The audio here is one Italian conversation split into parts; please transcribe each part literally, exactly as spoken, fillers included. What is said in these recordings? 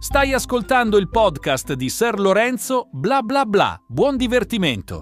Stai ascoltando il podcast di Ser Lorenzo Bla Bla Bla. Buon divertimento!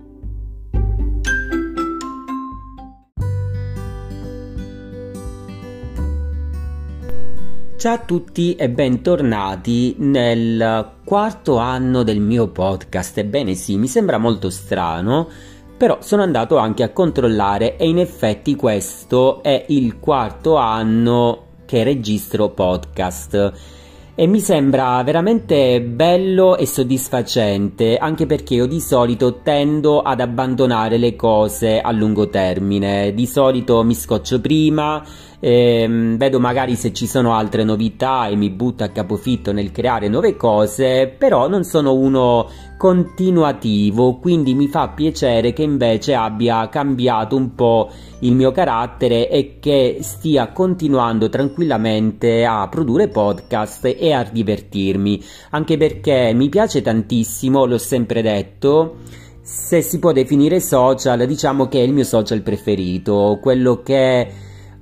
Ciao a tutti e bentornati nel quarto anno del mio podcast. Ebbene sì, mi sembra molto strano, però sono andato anche a controllare e in effetti questo è il quarto anno che registro podcast. E mi sembra veramente bello e soddisfacente, anche perché io di solito tendo ad abbandonare le cose a lungo termine. Di solito mi scoccio prima, ehm, vedo magari se ci sono altre novità e mi butto a capofitto nel creare nuove cose, però non sono uno continuativo, quindi mi fa piacere che invece abbia cambiato un po' il mio carattere e che stia continuando tranquillamente a produrre podcast e a divertirmi, anche perché mi piace tantissimo, l'ho sempre detto. Se si può definire social, diciamo che è il mio social preferito, quello che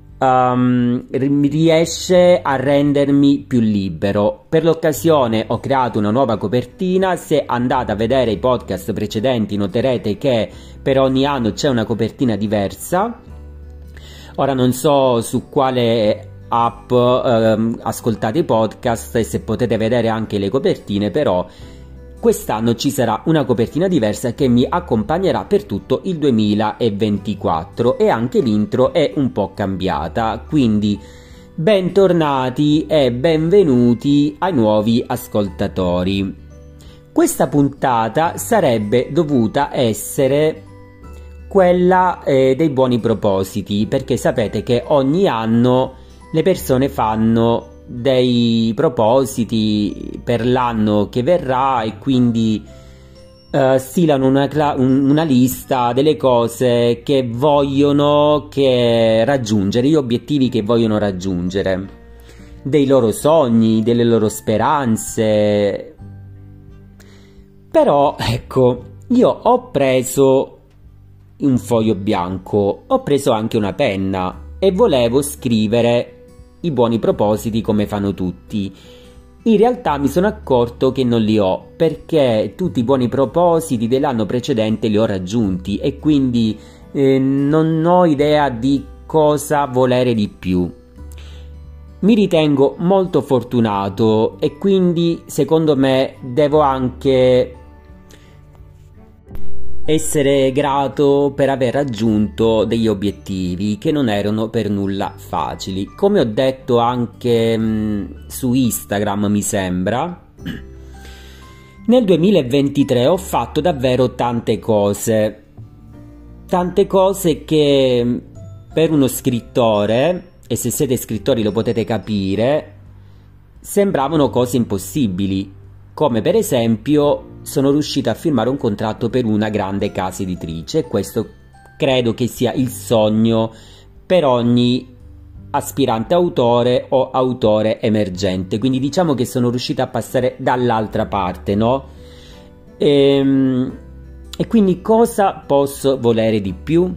um, riesce a rendermi più libero. Per l'occasione ho creato una nuova copertina. Se andate a vedere i podcast precedenti noterete che per ogni anno c'è una copertina diversa. Ora non so su quale app ehm, ascoltate i podcast e se potete vedere anche le copertine, però quest'anno ci sarà una copertina diversa che mi accompagnerà per tutto il duemilaventiquattro e anche l'intro è un po' cambiata, quindi bentornati e benvenuti ai nuovi ascoltatori. Questa puntata sarebbe dovuta essere quella eh, dei buoni propositi, perché sapete che ogni anno le persone fanno dei propositi per l'anno che verrà e quindi eh, stilano una, cla- un- una lista delle cose che vogliono che raggiungere, gli obiettivi che vogliono raggiungere, dei loro sogni, delle loro speranze. Però ecco, io ho preso un foglio bianco, ho preso anche una penna e volevo scrivere i buoni propositi come fanno tutti. In realtà mi sono accorto che non li ho, perché tutti i buoni propositi dell'anno precedente li ho raggiunti e quindi eh, non ho idea di cosa volere di più. Mi ritengo molto fortunato e quindi secondo me devo anche essere grato per aver raggiunto degli obiettivi che non erano per nulla facili. Come ho detto anche mh, su Instagram, mi sembra, nel duemilaventitré ho fatto davvero tante cose. Tante cose che per uno scrittore, e se siete scrittori lo potete capire, sembravano cose impossibili. Come per esempio sono riuscito a firmare un contratto per una grande casa editrice. Questo credo che sia il sogno per ogni aspirante autore o autore emergente, quindi diciamo che sono riuscito a passare dall'altra parte, no? Ehm, e quindi cosa posso volere di più?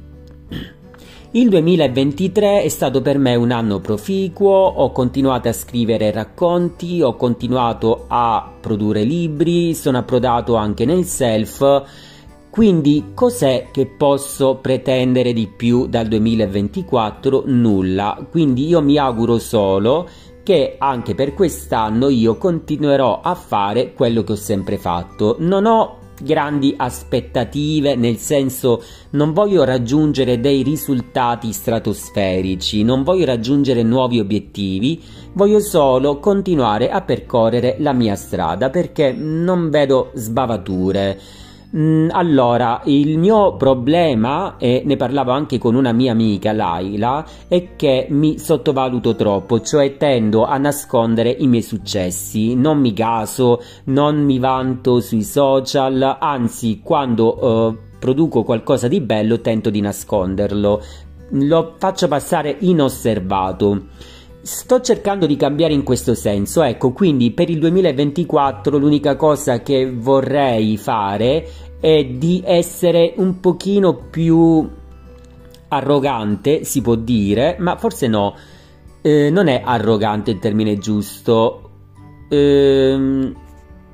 Il duemilaventitré è stato per me un anno proficuo, ho continuato a scrivere racconti, ho continuato a produrre libri, sono approdato anche nel self, quindi cos'è che posso pretendere di più dal duemilaventiquattro? Nulla, quindi io mi auguro solo che anche per quest'anno io continuerò a fare quello che ho sempre fatto. Non ho grandi aspettative, nel senso non voglio raggiungere dei risultati stratosferici, non voglio raggiungere nuovi obiettivi, voglio solo continuare a percorrere la mia strada perché non vedo sbavature. Mm, allora, il mio problema, e ne parlavo anche con una mia amica, Laila, è che mi sottovaluto troppo, cioè tendo a nascondere i miei successi, non mi gaso, non mi vanto sui social, anzi quando eh, produco qualcosa di bello tento di nasconderlo, lo faccio passare inosservato. Sto cercando di cambiare in questo senso, ecco, quindi per il duemilaventiquattro l'unica cosa che vorrei fare è di essere un pochino più arrogante, si può dire, ma forse no, eh, non è arrogante il termine giusto, ehm,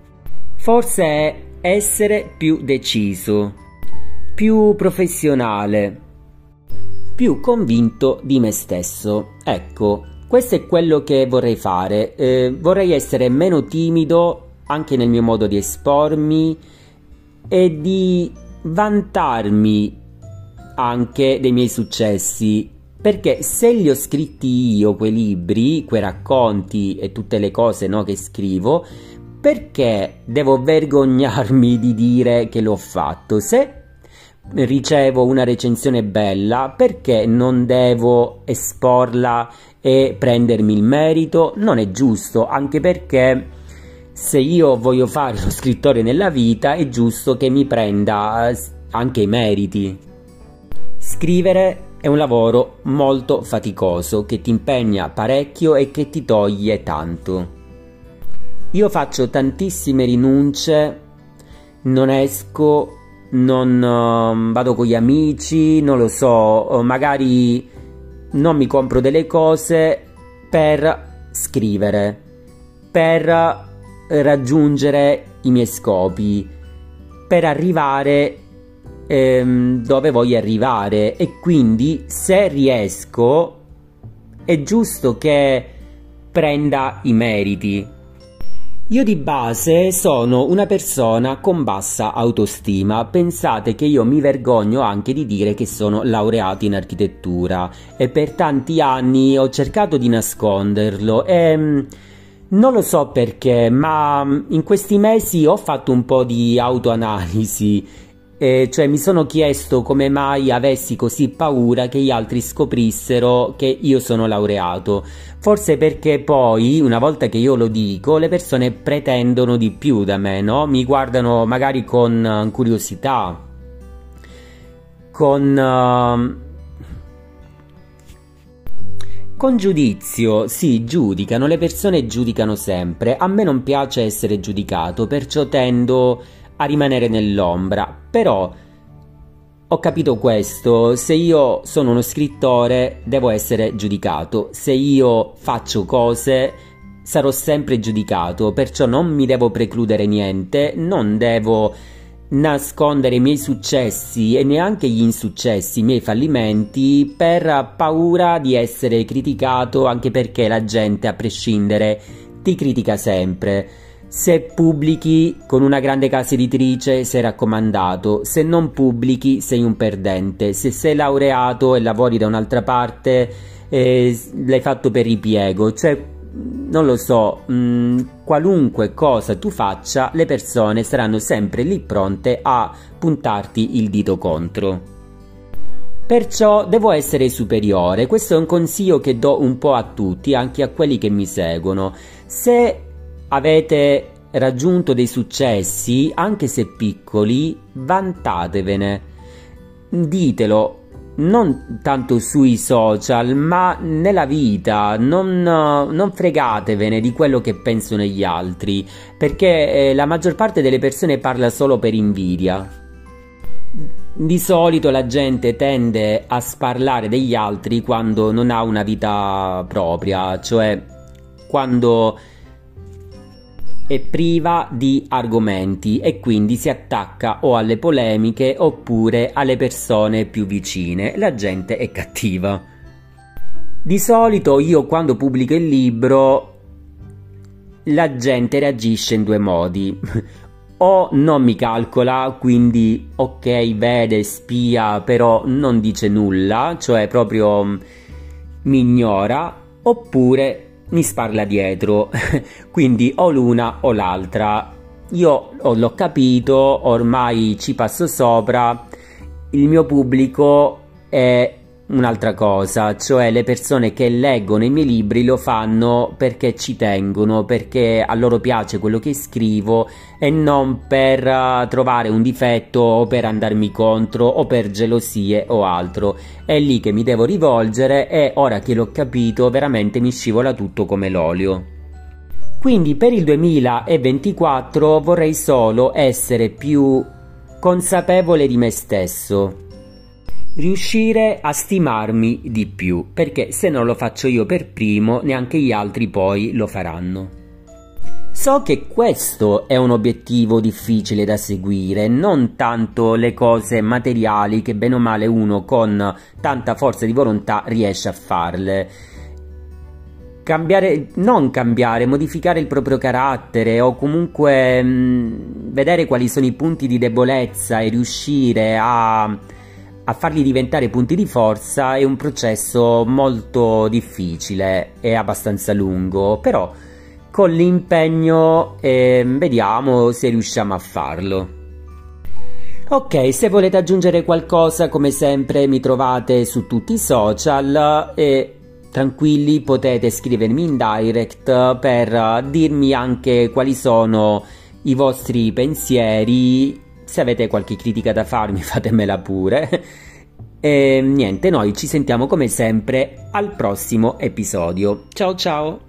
forse è essere più deciso, più professionale, più convinto di me stesso. Ecco, questo è quello che vorrei fare. Eh, vorrei essere meno timido anche nel mio modo di espormi e di vantarmi anche dei miei successi, perché se li ho scritti io quei libri, quei racconti e tutte le cose, no, che scrivo, perché devo vergognarmi di dire che l'ho fatto? Se ricevo una recensione bella, perché non devo esporla e prendermi il merito? Non è giusto, anche perché se io voglio fare lo scrittore nella vita è giusto che mi prenda anche i meriti. Scrivere è un lavoro molto faticoso che ti impegna parecchio e che ti toglie tanto. Io faccio tantissime rinunce, non esco, non uh, vado con gli amici, non lo so, magari non mi compro delle cose per scrivere, per raggiungere i miei scopi, per arrivare ehm, dove voglio arrivare. E quindi se riesco è giusto che prenda i meriti. Io di base sono una persona con bassa autostima. Pensate che io mi vergogno anche di dire che sono laureato in architettura e per tanti anni ho cercato di nasconderlo e non lo so perché, ma in questi mesi ho fatto un po' di autoanalisi. Eh, cioè mi sono chiesto come mai avessi così paura che gli altri scoprissero che io sono laureato. Forse perché poi, una volta che io lo dico, le persone pretendono di più da me, no? Mi guardano magari con curiosità, con... Uh, con giudizio. Sì, giudicano, le persone giudicano sempre. A me non piace essere giudicato, perciò tendo a rimanere nell'ombra. Però ho capito questo: se io sono uno scrittore devo essere giudicato, se io faccio cose sarò sempre giudicato, perciò non mi devo precludere niente, non devo nascondere i miei successi e neanche gli insuccessi, i miei fallimenti, per paura di essere criticato, anche perché la gente, a prescindere, ti critica sempre. Se pubblichi con una grande casa editrice sei raccomandato, se non pubblichi sei un perdente, se sei laureato e lavori da un'altra parte eh, l'hai fatto per ripiego. Cioè, non lo so, mh, qualunque cosa tu faccia, le persone saranno sempre lì pronte a puntarti il dito contro. Perciò devo essere superiore. Questo è un consiglio che do un po' a tutti, anche a quelli che mi seguono. Se avete raggiunto dei successi, anche se piccoli, vantatevene, ditelo, non tanto sui social ma nella vita. Non, non fregatevene di quello che pensano gli altri, perché eh, la maggior parte delle persone parla solo per invidia. Di solito la gente tende a sparlare degli altri quando non ha una vita propria, cioè quando è priva di argomenti, e quindi si attacca o alle polemiche oppure alle persone più vicine. La gente è cattiva. Di solito io, quando pubblico il libro, la gente reagisce in due modi: o non mi calcola, quindi ok, vede, spia, però non dice nulla, cioè proprio mi ignora, oppure mi sparla dietro. Quindi o l'una o l'altra. Io l'ho capito, ormai ci passo sopra. Il mio pubblico è un'altra cosa, cioè le persone che leggono i miei libri lo fanno perché ci tengono, perché a loro piace quello che scrivo e non per uh, trovare un difetto o per andarmi contro o per gelosie o altro. È lì che mi devo rivolgere e ora che l'ho capito veramente mi scivola tutto come l'olio. Quindi per il duemilaventiquattro vorrei solo essere più consapevole di me stesso, riuscire a stimarmi di più, perché se non lo faccio io per primo, neanche gli altri poi lo faranno. So che questo è un obiettivo difficile da seguire, non tanto le cose materiali che bene o male uno con tanta forza di volontà riesce a farle. Cambiare, non cambiare, modificare il proprio carattere o comunque mh, vedere quali sono i punti di debolezza e riuscire a, a farli diventare punti di forza è un processo molto difficile e abbastanza lungo, però con l'impegno eh, vediamo se riusciamo a farlo. Ok, se volete aggiungere qualcosa, come sempre mi trovate su tutti i social e tranquilli, potete scrivermi in direct per dirmi anche quali sono i vostri pensieri. Se avete qualche critica da farmi, fatemela pure. E niente, noi ci sentiamo come sempre al prossimo episodio. Ciao ciao!